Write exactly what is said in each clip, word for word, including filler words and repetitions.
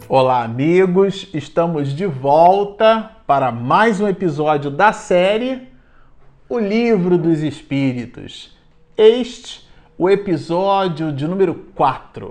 Olá, amigos! Estamos de volta para mais um episódio da série O Livro dos Espíritos. Este, o episódio de número quatro.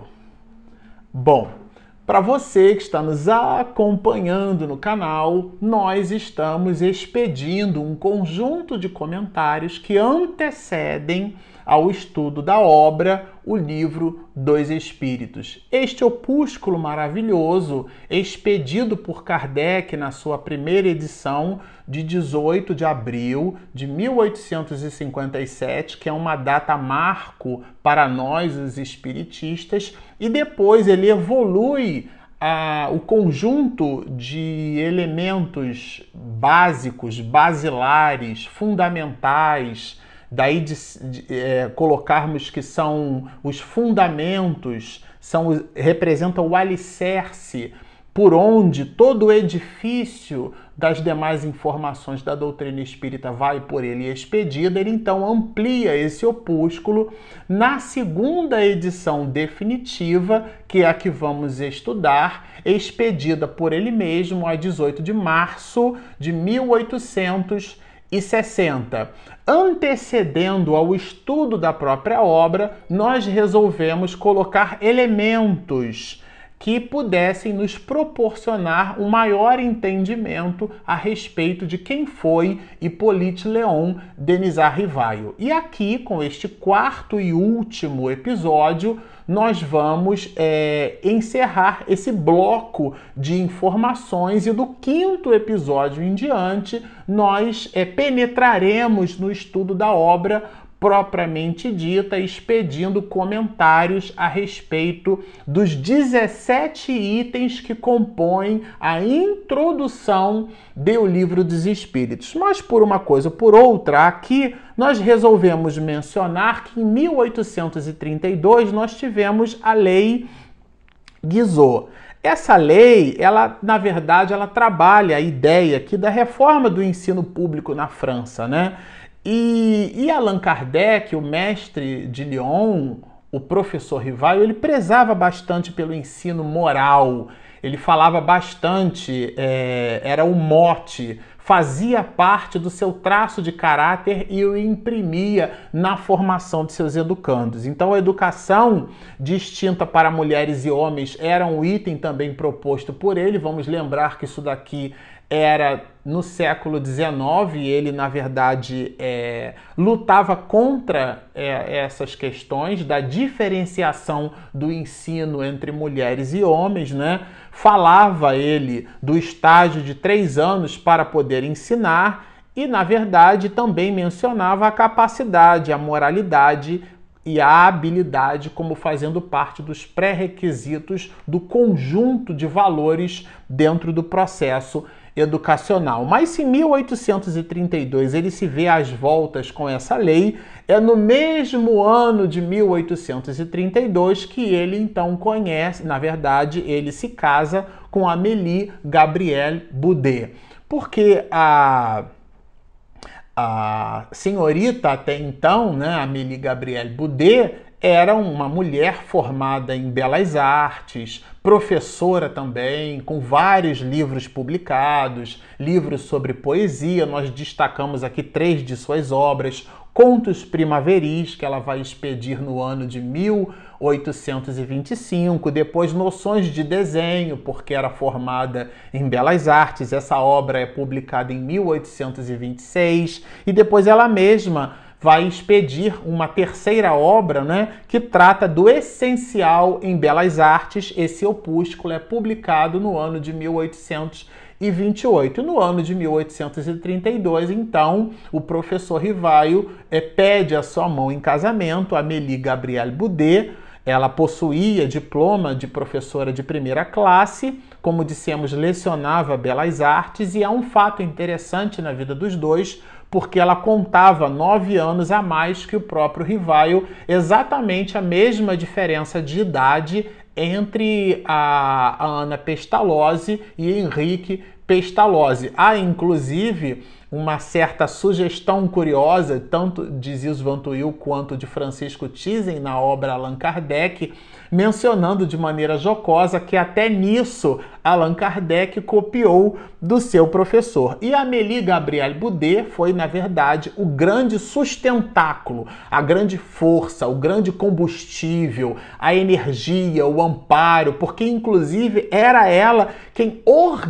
Bom, para você que está nos acompanhando no canal, nós estamos expedindo um conjunto de comentários que antecedem ao estudo da obra O Livro dos Espíritos. Este opúsculo maravilhoso, expedido por Kardec na sua primeira edição de dezoito de abril de mil oitocentos e cinquenta e sete, que é uma data marco para nós, os espiritistas, e depois ele evolui ah, o conjunto de elementos básicos, basilares, fundamentais, daí de, de é, colocarmos que são os fundamentos, são, representam o alicerce por onde todo o edifício das demais informações da doutrina espírita vai por ele expedida. Ele então amplia esse opúsculo na segunda edição definitiva, que é a que vamos estudar, expedida por ele mesmo a dezoito de março de mil oitocentos e sessenta. Antecedendo ao estudo da própria obra, nós resolvemos colocar elementos que pudessem nos proporcionar um maior entendimento a respeito de quem foi Hippolyte Léon Denisard Rivaio. E aqui, com este quarto e último episódio, nós vamos é, encerrar esse bloco de informações, e do quinto episódio em diante nós é, penetraremos no estudo da obra propriamente dita, expedindo comentários a respeito dos dezessete itens que compõem a introdução do Livro dos Espíritos. Mas por uma coisa ou por outra, aqui nós resolvemos mencionar que em mil oitocentos e trinta e dois nós tivemos a Lei Guizot. Essa lei, ela, na verdade, ela trabalha a ideia aqui da reforma do ensino público na França, né? E, e Allan Kardec, o mestre de Lyon, o professor Rivaio, ele prezava bastante pelo ensino moral. Ele falava bastante, é, era o mote, fazia parte do seu traço de caráter e o imprimia na formação de seus educandos. Então a educação distinta para mulheres e homens era um item também proposto por ele. Vamos lembrar que isso daqui era no século dezenove, e ele, na verdade, é, lutava contra é, essas questões da diferenciação do ensino entre mulheres e homens, né? Falava ele do estágio de três anos para poder ensinar e, na verdade, também mencionava a capacidade, a moralidade e a habilidade como fazendo parte dos pré-requisitos do conjunto de valores dentro do processo educacional. Mas se em mil oitocentos e trinta e dois ele se vê às voltas com essa lei, é no mesmo ano de mil oitocentos e trinta e dois que ele então conhece, na verdade, ele se casa com Amélie Gabrielle Boudet. Porque a a senhorita até então, né, Amélie Gabrielle Boudet, era uma mulher formada em belas artes, professora também, com vários livros publicados, livros sobre poesia. Nós destacamos aqui três de suas obras: Contos Primaveris, que ela vai expedir no ano de mil oitocentos e vinte e cinco, depois Noções de Desenho, porque era formada em belas artes. Essa obra é publicada em mil oitocentos e vinte e seis, e depois ela mesma vai expedir uma terceira obra, né, que trata do essencial em belas artes. Esse opúsculo é publicado no ano de mil oitocentos e vinte e oito. No ano de mil oitocentos e trinta e dois, então, o professor Rivaio é, pede a sua mão em casamento, a Amélie Gabrielle Boudet. Ela possuía diploma de professora de primeira classe, como dissemos, lecionava belas artes, e há um fato interessante na vida dos dois, porque ela contava nove anos a mais que o próprio Rivaio, exatamente a mesma diferença de idade entre a, a Ana Pestalozzi e Henrique Pestalozzi. Há, inclusive, uma certa sugestão curiosa, tanto de Ziz Van Tuyl quanto de Francisco Thyssen na obra Allan Kardec, mencionando de maneira jocosa que até nisso Allan Kardec copiou do seu professor. E Amélie Gabrielle Boudet foi, na verdade, o grande sustentáculo, a grande força, o grande combustível, a energia, o amparo, porque inclusive era ela quem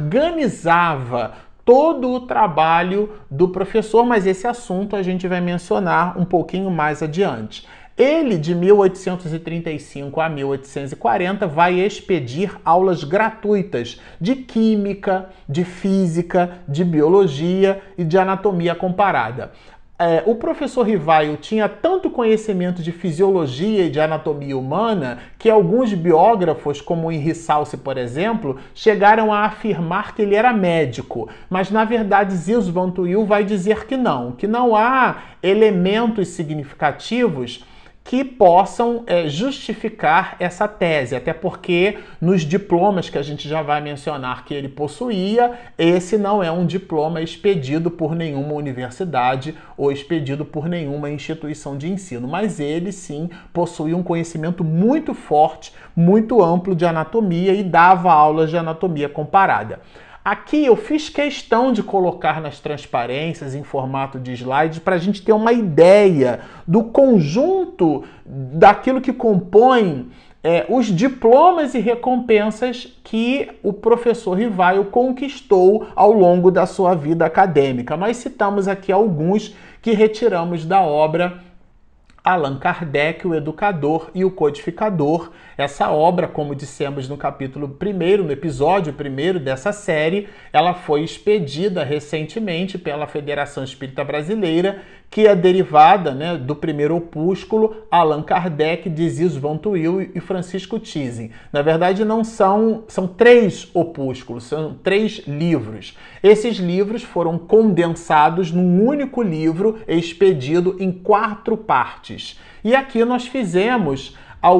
organizava todo o trabalho do professor, mas esse assunto a gente vai mencionar um pouquinho mais adiante. Ele, de mil oitocentos e trinta e cinco a mil oitocentos e quarenta, vai expedir aulas gratuitas de química, de física, de biologia e de anatomia comparada. É, o professor Rivaio tinha tanto conhecimento de fisiologia e de anatomia humana que alguns biógrafos, como Henri Salce, por exemplo, chegaram a afirmar que ele era médico. Mas, na verdade, Ziz Van Tuyl vai dizer que não, que não há elementos significativos que possam é, justificar essa tese, até porque nos diplomas que a gente já vai mencionar que ele possuía, esse não é um diploma expedido por nenhuma universidade ou expedido por nenhuma instituição de ensino, mas ele sim possuía um conhecimento muito forte, muito amplo de anatomia e dava aulas de anatomia comparada. Aqui eu fiz questão de colocar nas transparências em formato de slides para a gente ter uma ideia do conjunto daquilo que compõe é, os diplomas e recompensas que o professor Rivaio conquistou ao longo da sua vida acadêmica. Nós citamos aqui alguns que retiramos da obra Allan Kardec, o Educador e o Codificador. Essa obra, como dissemos no capítulo primeiro, no episódio primeiro dessa série, ela foi expedida recentemente pela Federação Espírita Brasileira, que é derivada, né, do primeiro opúsculo Allan Kardec, de Ziz Van Tuyl e Francisco Thyssen. Na verdade, não são, são três opúsculos, são três livros. Esses livros foram condensados num único livro expedido em quatro partes. E aqui nós fizemos,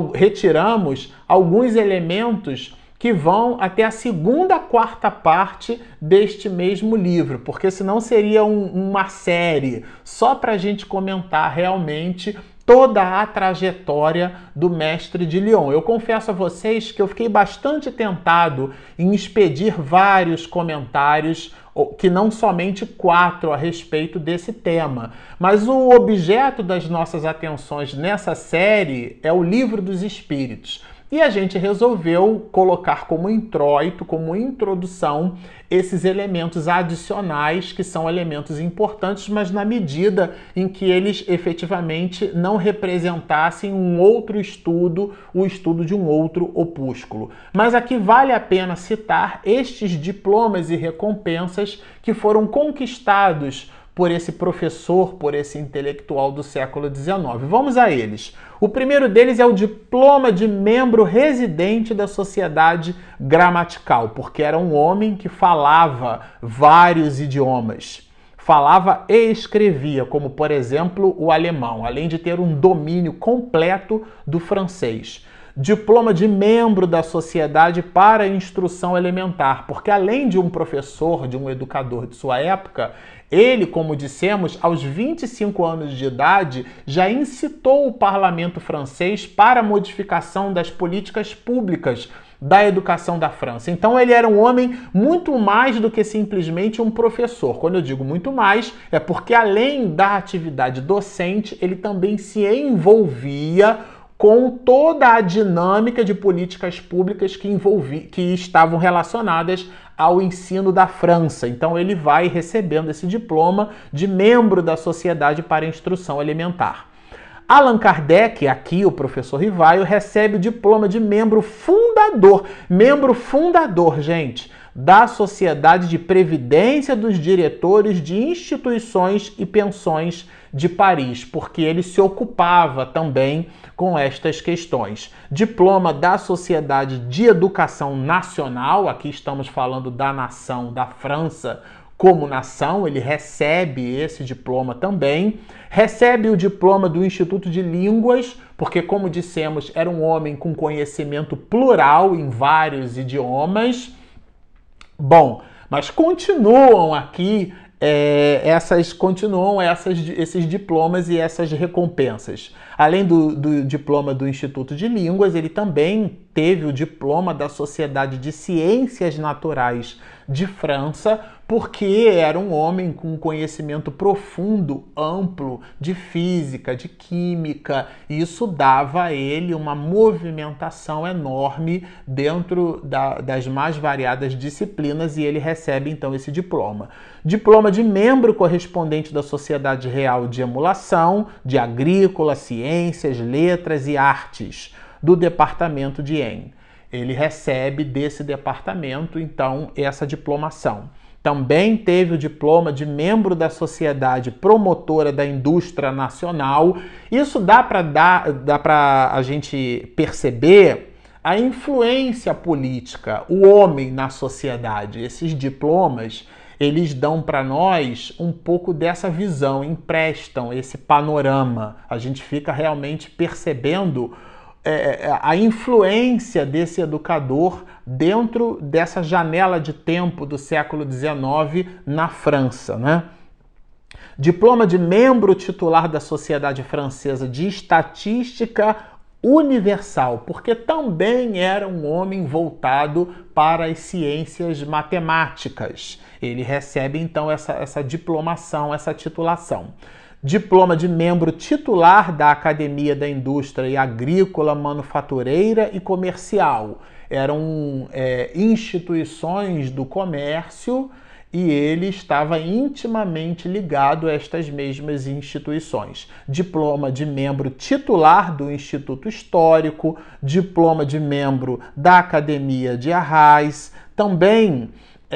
retiramos alguns elementos que vão até a segunda, quarta parte deste mesmo livro, porque senão seria um, uma série só para a gente comentar realmente toda a trajetória do mestre de Lyon. Eu confesso a vocês que eu fiquei bastante tentado em expedir vários comentários, que não somente quatro, a respeito desse tema. Mas o objeto das nossas atenções nessa série é o Livro dos Espíritos. E a gente resolveu colocar como introito, como introdução, esses elementos adicionais, que são elementos importantes, mas na medida em que eles efetivamente não representassem um outro estudo, o estudo de um outro opúsculo. Mas aqui vale a pena citar estes diplomas e recompensas que foram conquistados por esse professor, por esse intelectual do século dezenove. Vamos a eles. O primeiro deles é o diploma de membro residente da Sociedade Gramatical, porque era um homem que falava vários idiomas. Falava e escrevia, como por exemplo o alemão, além de ter um domínio completo do francês. Diploma de membro da Sociedade para a Instrução Elementar, porque além de um professor, de um educador de sua época, ele, como dissemos, aos vinte e cinco anos de idade, já incitou o parlamento francês para a modificação das políticas públicas da educação da França. Então ele era um homem muito mais do que simplesmente um professor. Quando eu digo muito mais, é porque além da atividade docente, ele também se envolvia com toda a dinâmica de políticas públicas que, envolvi, que estavam relacionadas ao ensino da França. Então ele vai recebendo esse diploma de membro da Sociedade para a Instrução Elementar. Allan Kardec, aqui o professor Rivaio, recebe o diploma de membro fundador, membro fundador, gente, da Sociedade de Previdência dos Diretores de Instituições e Pensões de Paris, porque ele se ocupava também com estas questões. Diploma da Sociedade de Educação Nacional, aqui estamos falando da nação da França como nação, ele recebe esse diploma também. Recebe o diploma do Instituto de Línguas, porque, como dissemos, era um homem com conhecimento plural em vários idiomas. Bom, Mas continuam aqui, é, essas, continuam essas, esses diplomas e essas recompensas. Além do, do diploma do Instituto de Línguas, ele também teve o diploma da Sociedade de Ciências Naturais de França, porque era um homem com conhecimento profundo, amplo de física, de química, e isso dava a ele uma movimentação enorme dentro da, das mais variadas disciplinas, e ele recebe então esse diploma. Diploma de membro correspondente da Sociedade Real de Emulação, de Agrícola, Ciências, Letras e Artes, do departamento de Ain. Ele recebe desse departamento, então, essa diplomação. Também teve o diploma de membro da Sociedade Promotora da Indústria Nacional. Isso dá para dar, dá para a gente perceber a influência política, o homem na sociedade. Esses diplomas, eles dão para nós um pouco dessa visão, emprestam esse panorama. A gente fica realmente percebendo é, a influência desse educador dentro dessa janela de tempo do século dezenove na França, né? Diploma de membro titular da Sociedade Francesa de Estatística Universal, porque também era um homem voltado para as ciências matemáticas. Ele recebe, então, essa, essa diplomação, essa titulação. Diploma de membro titular da Academia da Indústria Agrícola, Manufatureira e Comercial. Eram é, instituições do comércio e ele estava intimamente ligado a estas mesmas instituições. Diploma de membro titular do Instituto Histórico, diploma de membro da Academia de Arras. Também,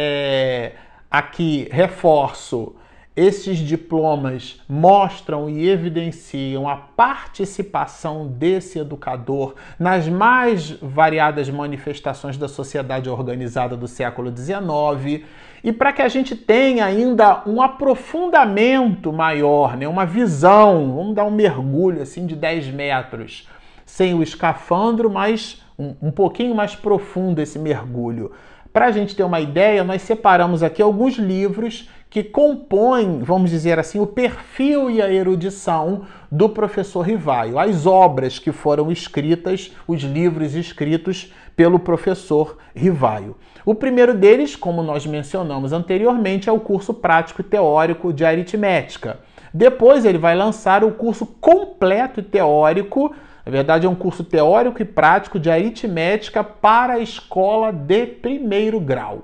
é, aqui reforço, esses diplomas mostram e evidenciam a participação desse educador nas mais variadas manifestações da sociedade organizada do século dezenove, e para que a gente tenha ainda um aprofundamento maior, né, uma visão, vamos dar um mergulho assim de dez metros, sem o escafandro, mas um, um pouquinho mais profundo esse mergulho. Para a gente ter uma ideia, nós separamos aqui alguns livros que compõem, vamos dizer assim, o perfil e a erudição do professor Rivaio, as obras que foram escritas, os livros escritos pelo professor Rivaio. O primeiro deles, como nós mencionamos anteriormente, é o curso prático e teórico de aritmética. Depois ele vai lançar o curso completo e teórico, na verdade é um curso teórico e prático de aritmética para a escola de primeiro grau.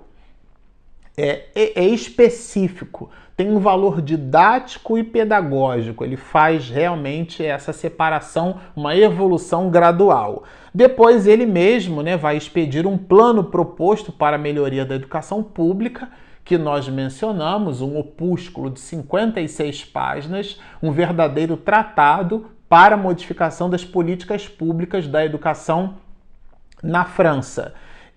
É, é, é específico, tem um valor didático e pedagógico, ele faz realmente essa separação, uma evolução gradual. Depois ele mesmo, né, vai expedir um plano proposto para a melhoria da educação pública, que nós mencionamos, um opúsculo de cinquenta e seis páginas, um verdadeiro tratado para a modificação das políticas públicas da educação na França.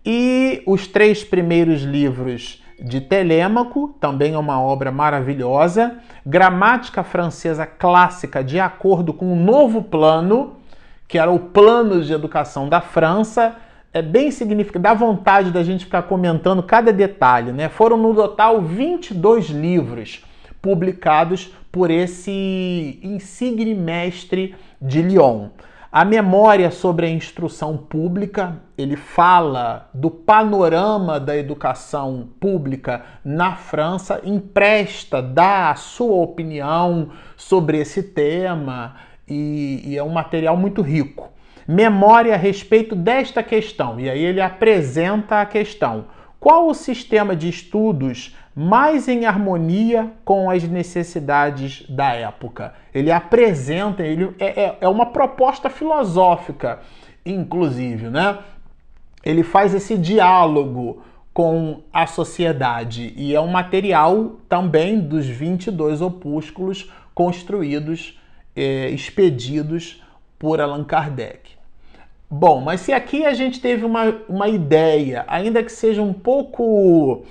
E os três primeiros livros de Telêmaco, também é uma obra maravilhosa, Gramática Francesa Clássica de acordo com o novo plano, que era o plano de educação da França, é bem significativo, dá vontade da gente ficar comentando cada detalhe, né? Foram no total vinte e dois livros publicados por esse insigne mestre de Lyon. A memória sobre a instrução pública, ele fala do panorama da educação pública na França, empresta, dá a sua opinião sobre esse tema e, e é um material muito rico. Memória a respeito desta questão, e aí ele apresenta a questão. Qual o sistema de estudos mais em harmonia com as necessidades da época? Ele apresenta, ele é, é uma proposta filosófica, inclusive, né? Ele faz esse diálogo com a sociedade e é um material também dos vinte e dois opúsculos construídos, é, expedidos por Allan Kardec. Bom, mas se aqui a gente teve uma, uma ideia, ainda que seja um pouco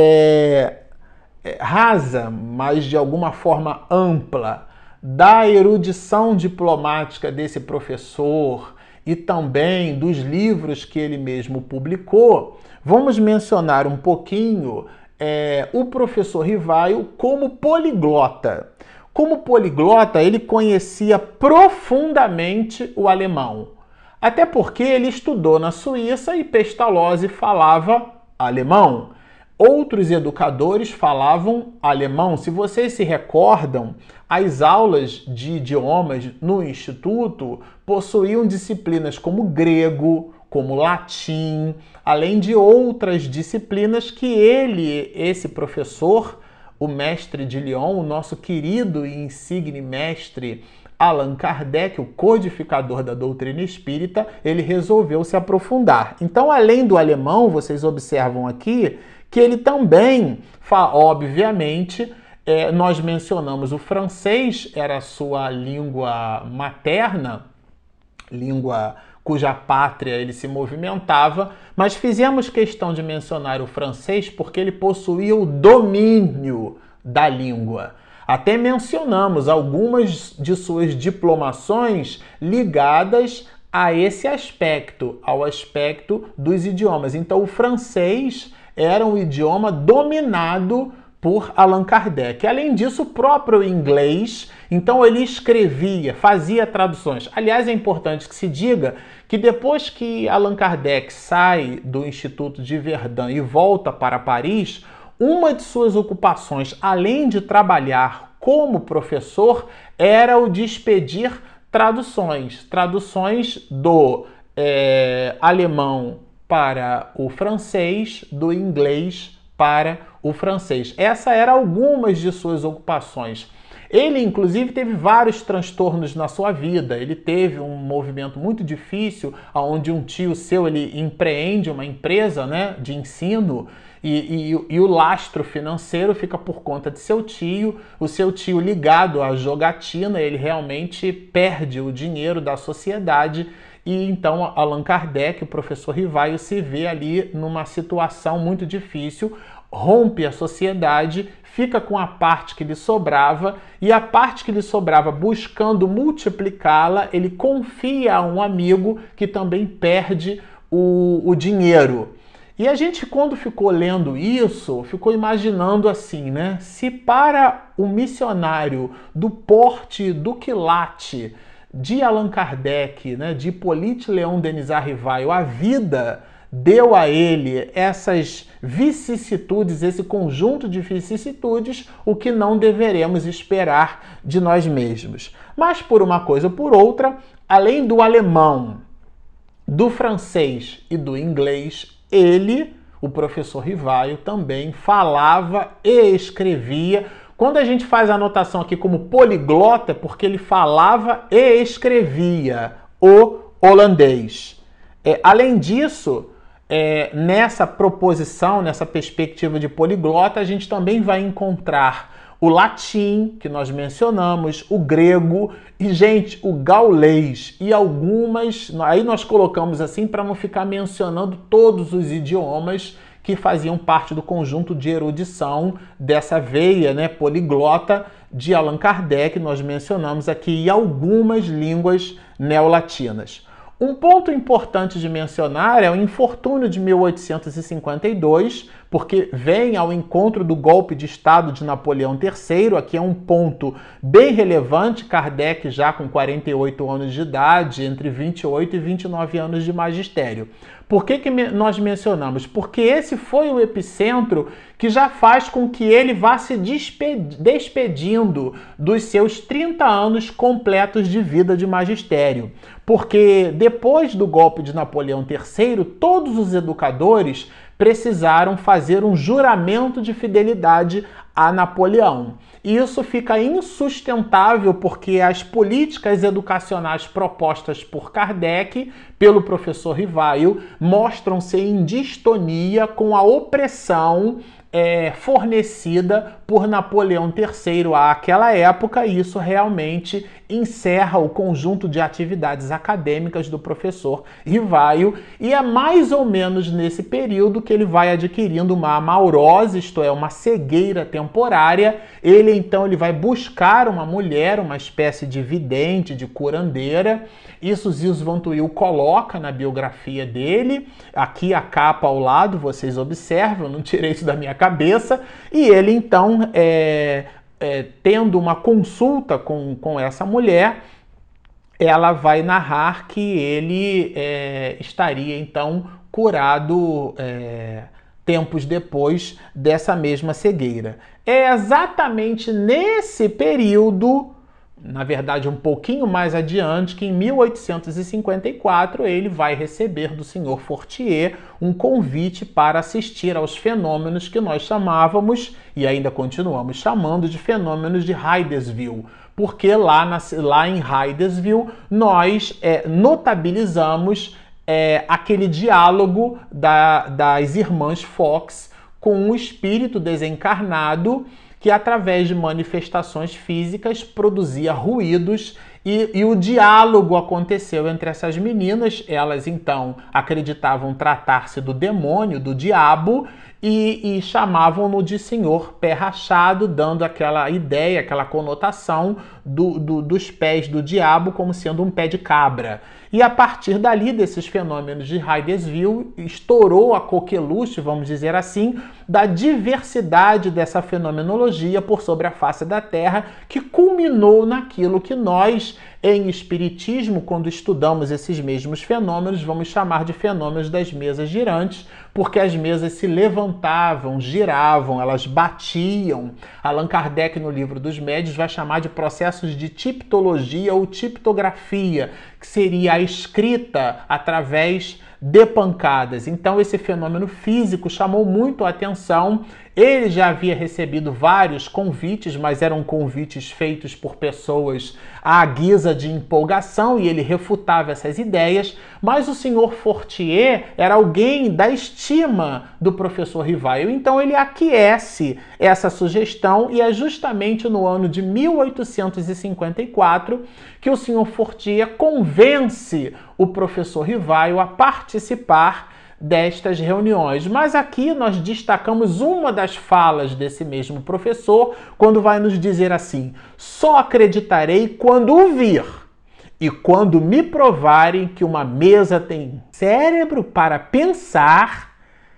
é, é, rasa, mas de alguma forma ampla, da erudição diplomática desse professor e também dos livros que ele mesmo publicou, vamos mencionar um pouquinho é, o professor Rivaio como poliglota. Como poliglota, ele conhecia profundamente o alemão. Até porque ele estudou na Suíça e Pestalozzi falava alemão. Outros educadores falavam alemão. Se vocês se recordam, as aulas de idiomas no Instituto possuíam disciplinas como grego, como latim, além de outras disciplinas que ele, esse professor, o mestre de Lyon, o nosso querido e insigne mestre Allan Kardec, o codificador da doutrina espírita, ele resolveu se aprofundar. Então, além do alemão, vocês observam aqui que ele também, obviamente, é, nós mencionamos o francês, era a sua língua materna, língua cuja pátria ele se movimentava, mas fizemos questão de mencionar o francês porque ele possuía o domínio da língua. Até mencionamos algumas de suas diplomações ligadas a esse aspecto, ao aspecto dos idiomas. Então, o francês era um idioma dominado por Allan Kardec. Além disso, o próprio inglês, então ele escrevia, fazia traduções. Aliás, é importante que se diga que depois que Allan Kardec sai do Instituto de Verdun e volta para Paris, uma de suas ocupações, além de trabalhar como professor, era o de expedir traduções. Traduções do é, alemão para o francês, do inglês para o francês. Essa era algumas de suas ocupações. Ele, inclusive, teve vários transtornos na sua vida. Ele teve um movimento muito difícil, onde um tio seu ele empreende uma empresa, né, de ensino e, e, e o lastro financeiro fica por conta de seu tio. O seu tio, ligado à jogatina, ele realmente perde o dinheiro da sociedade. E então Allan Kardec, o professor Rivaio, se vê ali numa situação muito difícil, rompe a sociedade, fica com a parte que lhe sobrava, e a parte que lhe sobrava, buscando multiplicá-la, ele confia a um amigo que também perde o, o dinheiro. E a gente, quando ficou lendo isso, ficou imaginando assim, né? Se para o missionário do porte do quilate de Allan Kardec, né, de Hippolyte Léon Denisard Rivaio, a vida deu a ele essas vicissitudes, esse conjunto de vicissitudes, o que não deveremos esperar de nós mesmos. Mas por uma coisa ou por outra, além do alemão, do francês e do inglês, ele, o professor Rivaio, também falava e escrevia. Quando a gente faz a anotação aqui como poliglota, é porque ele falava e escrevia o holandês. É, além disso, é, nessa proposição, nessa perspectiva de poliglota, a gente também vai encontrar o latim, que nós mencionamos, o grego e, gente, o gaulês e algumas... Aí nós colocamos assim para não ficar mencionando todos os idiomas que faziam parte do conjunto de erudição dessa veia, né, poliglota de Allan Kardec. Nós mencionamos aqui algumas línguas neolatinas. Um ponto importante de mencionar é o infortúnio de mil oitocentos e cinquenta e dois, porque vem ao encontro do golpe de Estado de Napoleão terceiro. Aqui é um ponto bem relevante. Kardec já com quarenta e oito anos de idade, entre vinte e oito e vinte e nove anos de magistério. Por que que nós mencionamos? Porque esse foi o epicentro que já faz com que ele vá se despedindo dos seus trinta anos completos de vida de magistério. Porque depois do golpe de Napoleão terceiro, todos os educadores precisaram fazer um juramento de fidelidade a Napoleão. E isso fica insustentável porque as políticas educacionais propostas por Kardec, pelo professor Rivaio, mostram-se em distonia com a opressão É, fornecida por Napoleão terceiro àquela época, e isso realmente encerra o conjunto de atividades acadêmicas do professor Rivaio, e é mais ou menos nesse período que ele vai adquirindo uma amaurose, isto é, uma cegueira temporal, temporária. Ele então ele vai buscar uma mulher, uma espécie de vidente, de curandeira. Isso Ziz Van Tuyl coloca na biografia dele. Aqui a capa ao lado, vocês observam, eu não tirei isso da minha cabeça. E ele então, é, é, tendo uma consulta com, com essa mulher, ela vai narrar que ele é, estaria então curado é, tempos depois dessa mesma cegueira. É exatamente nesse período, na verdade um pouquinho mais adiante, que em mil oitocentos e cinquenta e quatro ele vai receber do senhor Fortier um convite para assistir aos fenômenos que nós chamávamos, e ainda continuamos chamando, de fenômenos de Hydesville. Porque lá, na, lá em Hydesville nós é, notabilizamos é, aquele diálogo da, das irmãs Fox com um espírito desencarnado que, através de manifestações físicas, produzia ruídos, e, e o diálogo aconteceu entre essas meninas. Elas então acreditavam tratar-se do demônio, do diabo, e, e chamavam-no de senhor pé rachado, dando aquela ideia, aquela conotação do, do, dos pés do diabo como sendo um pé de cabra. E a partir dali, desses fenômenos de Hydesville, estourou a coqueluche, vamos dizer assim, da diversidade dessa fenomenologia por sobre a face da Terra, que culminou naquilo que nós, em Espiritismo, quando estudamos esses mesmos fenômenos, vamos chamar de fenômenos das mesas girantes, porque as mesas se levantavam, giravam, elas batiam. Allan Kardec, no Livro dos Médiuns, vai chamar de processos de tiptologia ou tiptografia, que seria a escrita através de pancadas. Então esse fenômeno físico chamou muito a atenção. Ele já havia recebido vários convites, mas eram convites feitos por pessoas à guisa de empolgação, e ele refutava essas ideias. Mas o senhor Fortier era alguém da estima do professor Rivail, então ele aquece essa sugestão, e é justamente no ano de mil oitocentos e cinquenta e quatro que o senhor Fortier convence o professor Rivail a participar destas reuniões. Mas aqui nós destacamos uma das falas desse mesmo professor, quando vai nos dizer assim: só acreditarei quando o vir, e quando me provarem que uma mesa tem cérebro para pensar,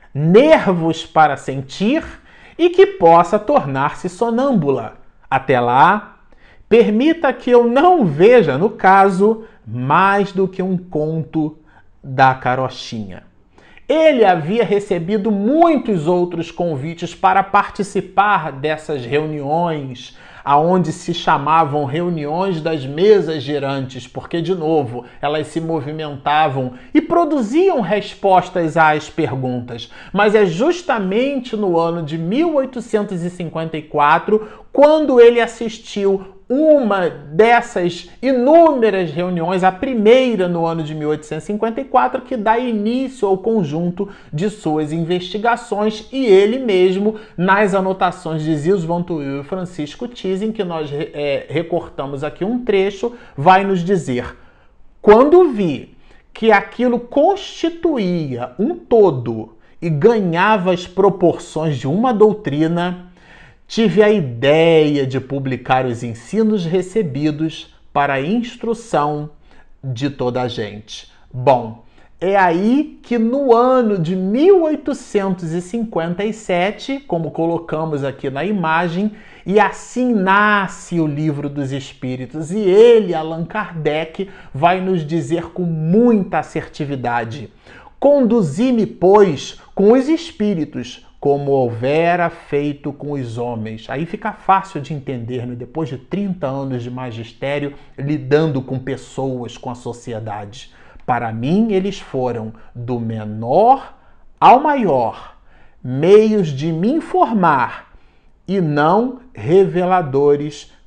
nervos para sentir e que possa tornar-se sonâmbula. Até lá, permita que eu não veja, no caso, mais do que um conto da carochinha. Ele havia recebido muitos outros convites para participar dessas reuniões, aonde se chamavam reuniões das mesas girantes, porque, de novo, elas se movimentavam e produziam respostas às perguntas. Mas é justamente no ano de mil oitocentos e cinquenta e quatro, quando ele assistiu uma dessas inúmeras reuniões, a primeira no ano de mil oitocentos e cinquenta e quatro, que dá início ao conjunto de suas investigações, e ele mesmo, nas anotações de Ziz Van Tuyl e Francisco Thyssen, que nós é, recortamos aqui um trecho, vai nos dizer: quando vi que aquilo constituía um todo e ganhava as proporções de uma doutrina, tive a ideia de publicar os ensinos recebidos para a instrução de toda a gente. Bom, é aí que no ano de mil oitocentos e cinquenta e sete, como colocamos aqui na imagem, e assim nasce o Livro dos Espíritos, e ele, Allan Kardec, vai nos dizer com muita assertividade: conduzi-me, pois, com os espíritos, como houvera feito com os homens. Aí fica fácil de entender, né? Depois de trinta anos de magistério, lidando com pessoas, com a sociedade. Para mim, eles foram do menor ao maior, meios de me informar, e não reveladores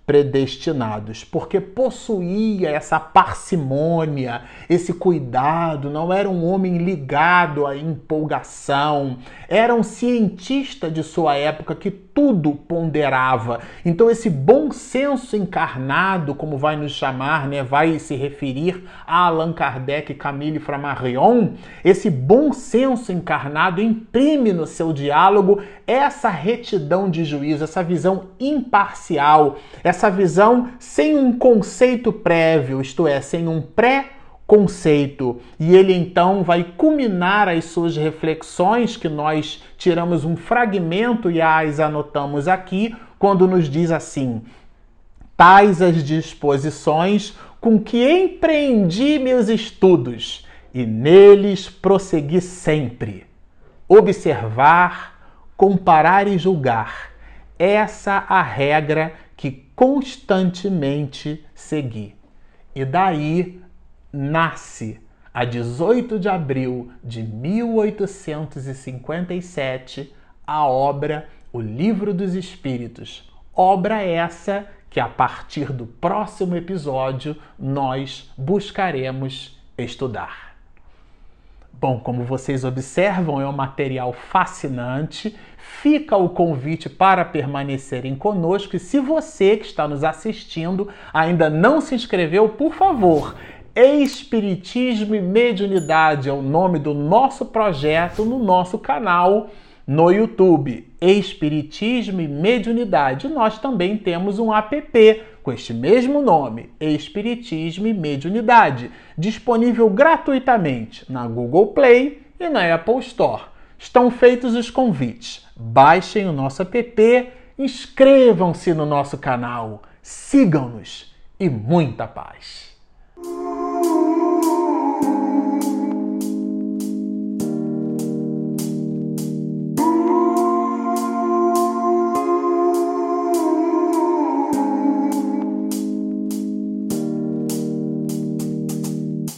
predestinados, porque possuía essa parcimônia, esse cuidado, não era um homem ligado à empolgação, era um cientista de sua época que tudo ponderava. Então esse bom senso encarnado, como vai nos chamar, né, vai se referir a Allan Kardec e Camille Flammarion, esse bom senso encarnado imprime no seu diálogo essa retidão de juízo, essa visão imparcial, essa visão sem um conceito prévio, isto é, sem um pré-conceito. E ele então vai culminar as suas reflexões, que nós tiramos um fragmento e as anotamos aqui, quando nos diz assim: tais as disposições com que empreendi meus estudos, e neles prossegui sempre. Observar, comparar e julgar. Essa a regra que constantemente segui. E daí nasce, a dezoito de abril de mil oitocentos e cinquenta e sete, a obra O Livro dos Espíritos. Obra essa que, a partir do próximo episódio, nós buscaremos estudar. Bom, como vocês observam, é um material fascinante. Fica o convite para permanecerem conosco. E se você que está nos assistindo ainda não se inscreveu, por favor, Espiritismo e Mediunidade é o nome do nosso projeto no nosso canal no YouTube. Espiritismo e Mediunidade. Nós também temos um app com este mesmo nome, Espiritismo e Mediunidade, disponível gratuitamente na Google Play e na Apple Store. Estão feitos os convites. Baixem o nosso app, inscrevam-se no nosso canal, sigam-nos e muita paz.